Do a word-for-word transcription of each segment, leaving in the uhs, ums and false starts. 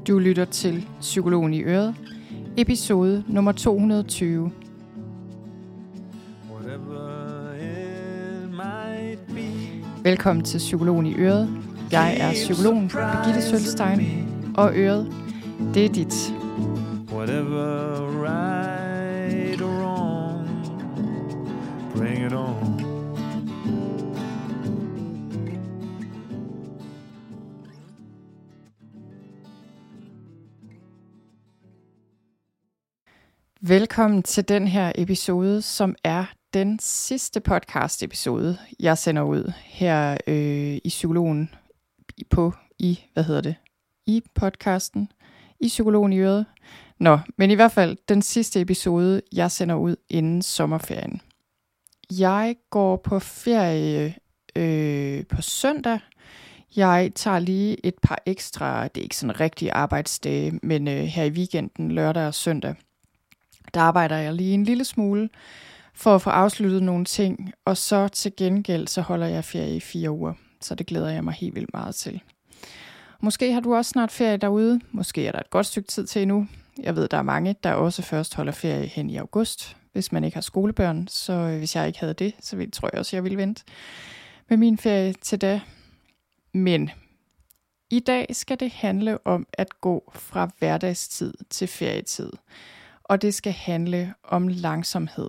Du lytter til Psykologen i Øret, episode nummer to hundrede og tyve. Velkommen til Psykologen i Øret. Jeg er psykologen Birgitte Sølstein, og Øret, det er dit. Whatever, right or wrong, bring it on. Velkommen til den her episode, som er den sidste podcast episode, jeg sender ud her øh, i Psykologen på, i, hvad hedder det, i podcasten, i Psykologen i Øret. Nå, men i hvert fald den sidste episode, jeg sender ud inden sommerferien. Jeg går på ferie øh, på søndag. Jeg tager lige et par ekstra, det er ikke sådan rigtige arbejdsdage, men øh, her i weekenden, lørdag og søndag, der arbejder jeg lige en lille smule for at få afsluttet nogle ting, og så til gengæld, så holder jeg ferie i fire uger, så det glæder jeg mig helt vildt meget til. Måske har du også snart ferie derude, måske er der et godt stykke tid til endnu. Jeg ved, der er mange, der også først holder ferie hen i august, hvis man ikke har skolebørn, så hvis jeg ikke havde det, så ville, tror jeg også, jeg ville vente med min ferie til da. Men i dag skal det handle om at gå fra hverdagstid til ferietid. Og det skal handle om langsomhed.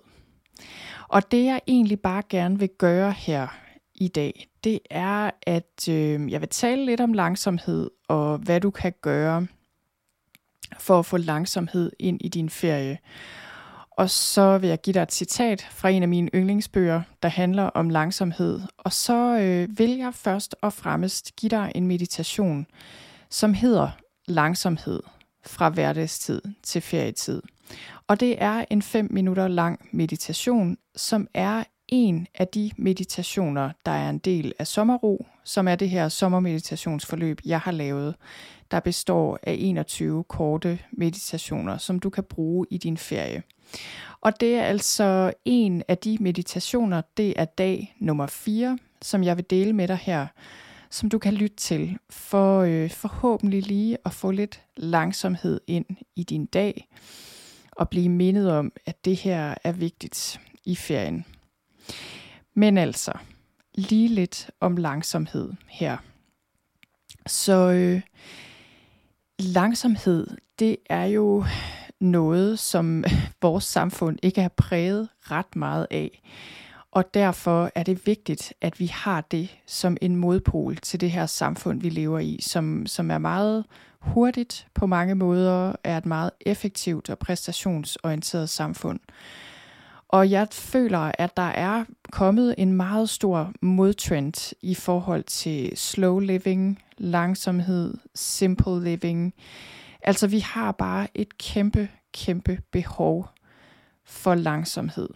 Og det jeg egentlig bare gerne vil gøre her i dag, det er, at øh, jeg vil tale lidt om langsomhed, og hvad du kan gøre for at få langsomhed ind i din ferie. Og så vil jeg give dig et citat fra en af mine yndlingsbøger, der handler om langsomhed. Og så øh, vil jeg først og fremmest give dig en meditation, som hedder langsomhed fra hverdagstid til ferietid. Og det er en fem minutter lang meditation, som er en af de meditationer, der er en del af Sommerro, som er det her sommermeditationsforløb, jeg har lavet, der består af enogtyve korte meditationer, som du kan bruge i din ferie. Og det er altså en af de meditationer, det er dag nummer fire, som jeg vil dele med dig her, som du kan lytte til, for øh, forhåbentlig lige at få lidt langsomhed ind i din dag, og blive mindet om, at det her er vigtigt i ferien. Men altså, lige lidt om langsomhed her. Så øh, langsomhed, det er jo noget, som vores samfund ikke er præget ret meget af. Og derfor er det vigtigt, at vi har det som en modpol til det her samfund, vi lever i, som, som er meget hurtigt på mange måder, er et meget effektivt og præstationsorienteret samfund. Og jeg føler, at der er kommet en meget stor modtrend i forhold til slow living, langsomhed, simple living. Altså vi har bare et kæmpe, kæmpe behov for langsomhed.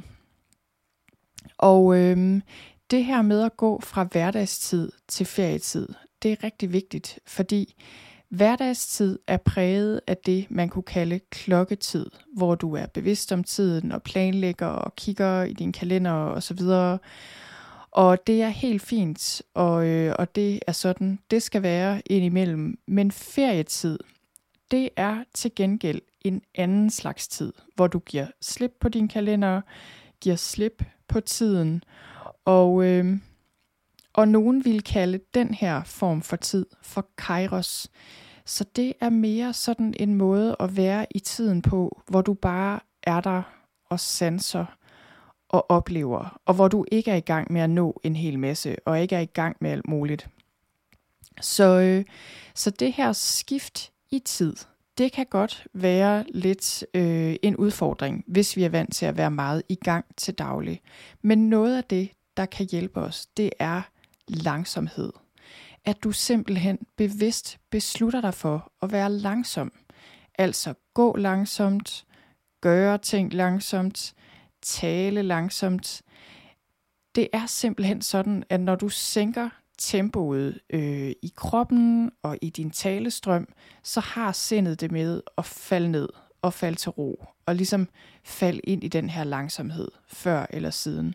Og øhm, det her med at gå fra hverdagstid til ferietid, det er rigtig vigtigt, fordi hverdagstid er præget af det, man kunne kalde klokketid, hvor du er bevidst om tiden og planlægger og kigger i din kalender og så videre. Og det er helt fint, og, øh, og det er sådan, det skal være indimellem. Men ferietid, det er til gengæld en anden slags tid, hvor du giver slip på din kalender, giver slip på tiden, og, øh, og nogen vil kalde den her form for tid for kairos. Så det er mere sådan en måde at være i tiden på, hvor du bare er der og sanser og oplever, og hvor du ikke er i gang med at nå en hel masse, og ikke er i gang med alt muligt. Så, øh, så det her skift i tid, det kan godt være lidt øh, en udfordring, hvis vi er vant til at være meget i gang til daglig. Men noget af det, der kan hjælpe os, det er langsomhed. At du simpelthen bevidst beslutter dig for at være langsom. Altså gå langsomt, gøre ting langsomt, tale langsomt. Det er simpelthen sådan, at når du sænker tempoet øh, i kroppen og i din talestrøm, så har sindet det med at falde ned og falde til ro, og ligesom falde ind i den her langsomhed, før eller siden.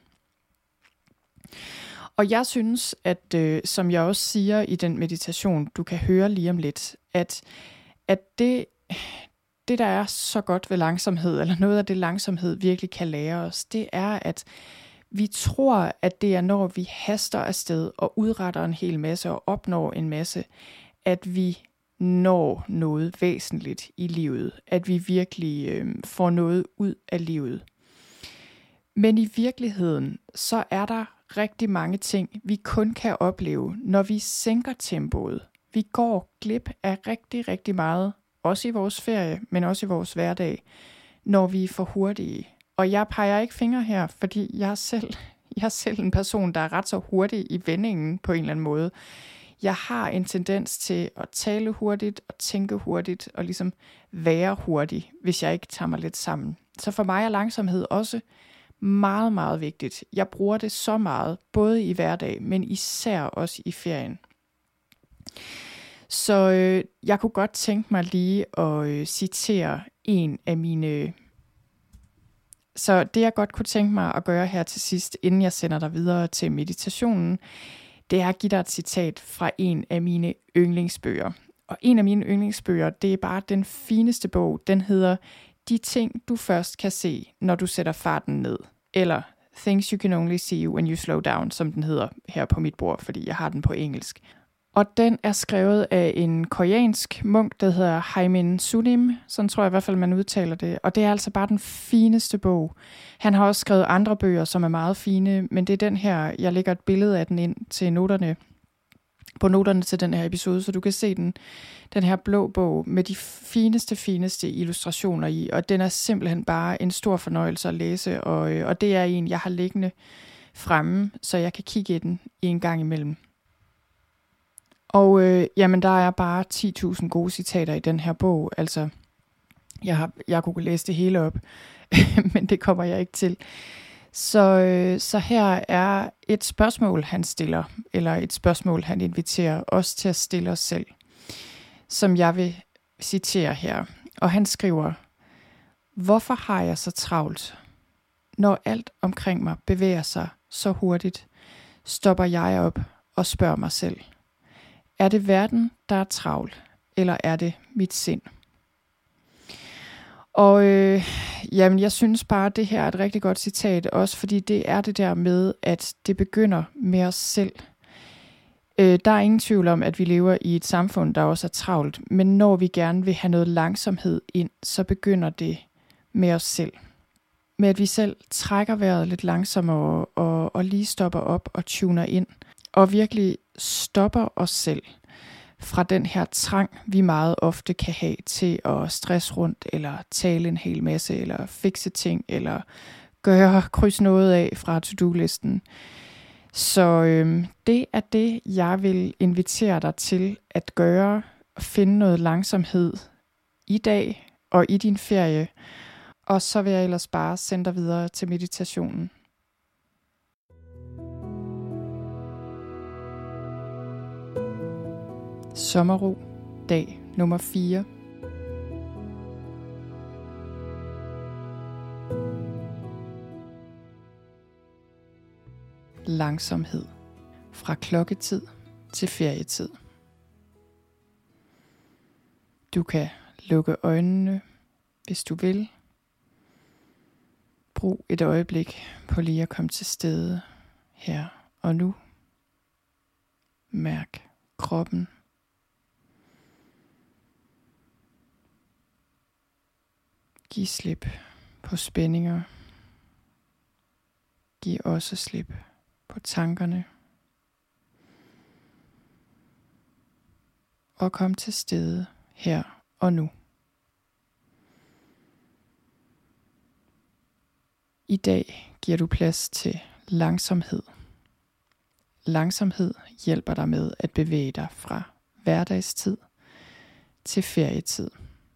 Og jeg synes, at øh, som jeg også siger i den meditation, du kan høre lige om lidt, at at det, det, der er så godt ved langsomhed, eller noget af det langsomhed virkelig kan lære os, det er, at vi tror, at det er, når vi haster afsted og udretter en hel masse og opnår en masse, at vi når noget væsentligt i livet. At vi virkelig øh, får noget ud af livet. Men i virkeligheden, så er der rigtig mange ting, vi kun kan opleve, når vi sænker tempoet. Vi går glip af rigtig, rigtig meget, også i vores ferie, men også i vores hverdag, når vi er for hurtige. Og jeg peger ikke fingre her, fordi jeg er selv, jeg er selv en person, der er ret så hurtig i vendingen på en eller anden måde. Jeg har en tendens til at tale hurtigt og tænke hurtigt og ligesom være hurtig, hvis jeg ikke tager mig lidt sammen. Så for mig er langsomhed også meget, meget vigtigt. Jeg bruger det så meget, både i hverdag, men især også i ferien. Så øh, jeg kunne godt tænke mig lige at øh, citere en af mine... Så det jeg godt kunne tænke mig at gøre her til sidst, inden jeg sender dig videre til meditationen, det er at give dig et citat fra en af mine yndlingsbøger. Og en af mine yndlingsbøger, det er bare den fineste bog. Den hedder De ting, du først kan se, når du sætter farten ned. Eller Things you can only see when you slow down, som den hedder her på mit bord, fordi jeg har den på engelsk. Og den er skrevet af en koreansk munk, der hedder Haemin Sunim. Sådan tror jeg i hvert fald, man udtaler det. Og det er altså bare den fineste bog. Han har også skrevet andre bøger, som er meget fine, men det er den her, jeg lægger et billede af den ind til noterne, på noterne til den her episode, så du kan se den, den her blå bog med de fineste, fineste illustrationer i. Og den er simpelthen bare en stor fornøjelse at læse, og, og det er en, jeg har liggende fremme, så jeg kan kigge i den en gang imellem. Og øh, jamen, der er bare ti tusind gode citater i den her bog. Altså, jeg, har, jeg kunne læse det hele op, men det kommer jeg ikke til. Så, øh, så her er et spørgsmål, han stiller, eller et spørgsmål, han inviterer os til at stille os selv, som jeg vil citere her. Og han skriver, hvorfor har jeg så travlt? Når alt omkring mig bevæger sig så hurtigt, stopper jeg op og spørger mig selv. Er det verden, der er travl, eller er det mit sind? Og øh, jamen, jeg synes bare, at det her er et rigtig godt citat, også fordi det er det der med, at det begynder med os selv. Øh, der er ingen tvivl om, at vi lever i et samfund, der også er travlt, men når vi gerne vil have noget langsomhed ind, så begynder det med os selv. Med at vi selv trækker vejret lidt langsommere og, og lige stopper op og tuner ind, og virkelig stopper os selv fra den her trang, vi meget ofte kan have til at stresse rundt, eller tale en hel masse, eller fikse ting, eller gøre kryds noget af fra to-do-listen. Så øhm, det er det, jeg vil invitere dig til at gøre, og finde noget langsomhed i dag og i din ferie. Og så vil jeg ellers bare sende dig videre til meditationen. Sommerro, dag nummer fire. Langsomhed fra klokketid til ferietid. Du kan lukke øjnene, hvis du vil. Brug et øjeblik på lige at komme til stede her og nu. Mærk kroppen. Giv slip på spændinger. Giv også slip på tankerne. Og kom til stede her og nu. I dag giver du plads til langsomhed. Langsomhed hjælper dig med at bevæge dig fra hverdagstid til ferietid.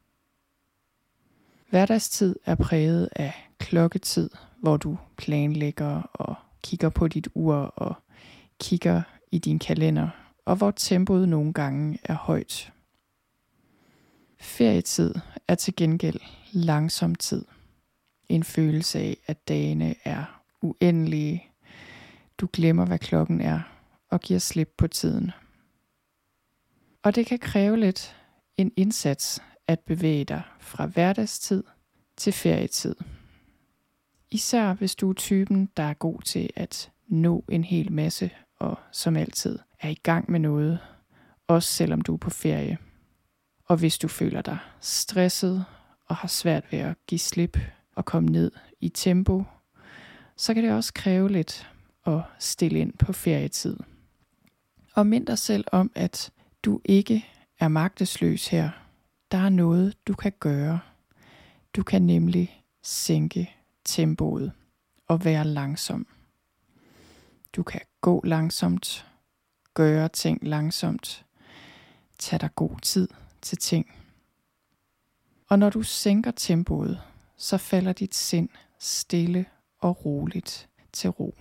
Hverdagstid er præget af klokketid, hvor du planlægger og kigger på dit ur og kigger i din kalender, og hvor tempoet nogle gange er højt. Ferietid er til gengæld langsom tid. En følelse af, at dagene er uendelige. Du glemmer, hvad klokken er, og giver slip på tiden. Og det kan kræve lidt en indsats at bevæge dig fra hverdagstid til ferietid. Især hvis du er typen, der er god til at nå en hel masse og som altid er i gang med noget, også selvom du er på ferie. Og hvis du føler dig stresset og har svært ved at give slip og komme ned i tempo, så kan det også kræve lidt at stille ind på ferietid. Og mind dig selv om, at du ikke er magtesløs her. Der er noget, du kan gøre. Du kan nemlig sænke tempoet og være langsom. Du kan gå langsomt, gøre ting langsomt, tage dig god tid til ting. Og når du sænker tempoet, så falder dit sind stille og roligt til ro.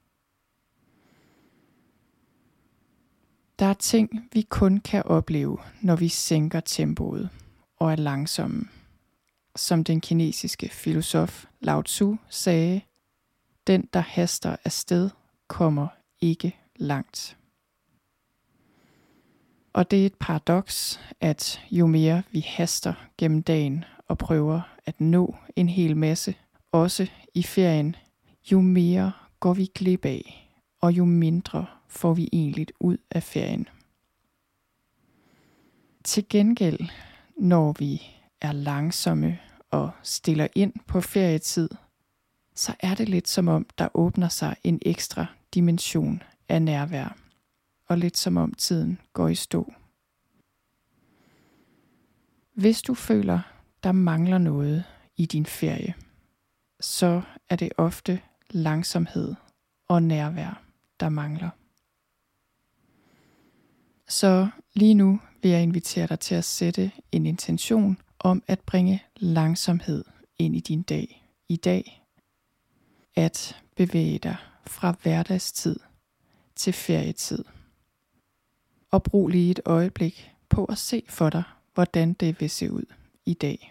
Der er ting, vi kun kan opleve, når vi sænker tempoet og er langsomme. Som den kinesiske filosof Lao Tzu sagde, den der haster afsted, kommer ikke langt. Og det er et paradoks, at jo mere vi haster gennem dagen og prøver at nå en hel masse, også i ferien, jo mere går vi glip af, og jo mindre får vi egentlig ud af ferien. Til gengæld, når vi er langsomme og stiller ind på ferietid, så er det lidt som om, der åbner sig en ekstra dimension af nærvær, og lidt som om tiden går i stå. Hvis du føler, der mangler noget i din ferie, så er det ofte langsomhed og nærvær, der mangler. Så lige nu vil jeg invitere dig til at sætte en intention om at bringe langsomhed ind i din dag i dag. At bevæge dig fra hverdagstid til ferietid. Og brug lige et øjeblik på at se for dig, hvordan det vil se ud i dag.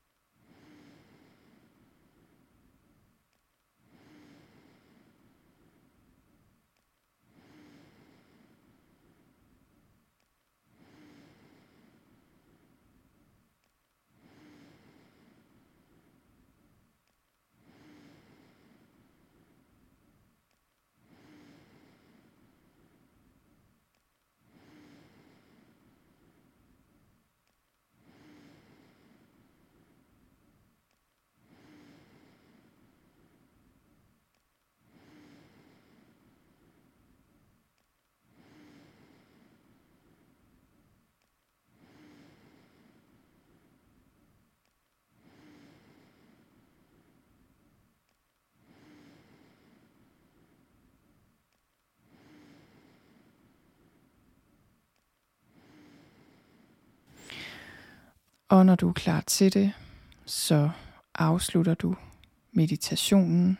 Og når du er klar til det, så afslutter du meditationen.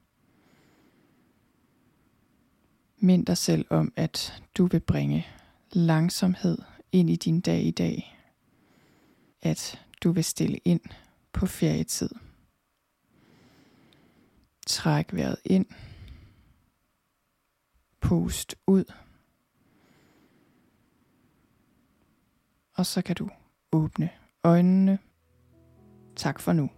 Mind dig selv om, at du vil bringe langsomhed ind i din dag i dag. At du vil stille ind på ferietid. Træk vejret ind. Pust ud. Og så kan du åbne øjnene. Tak for nu.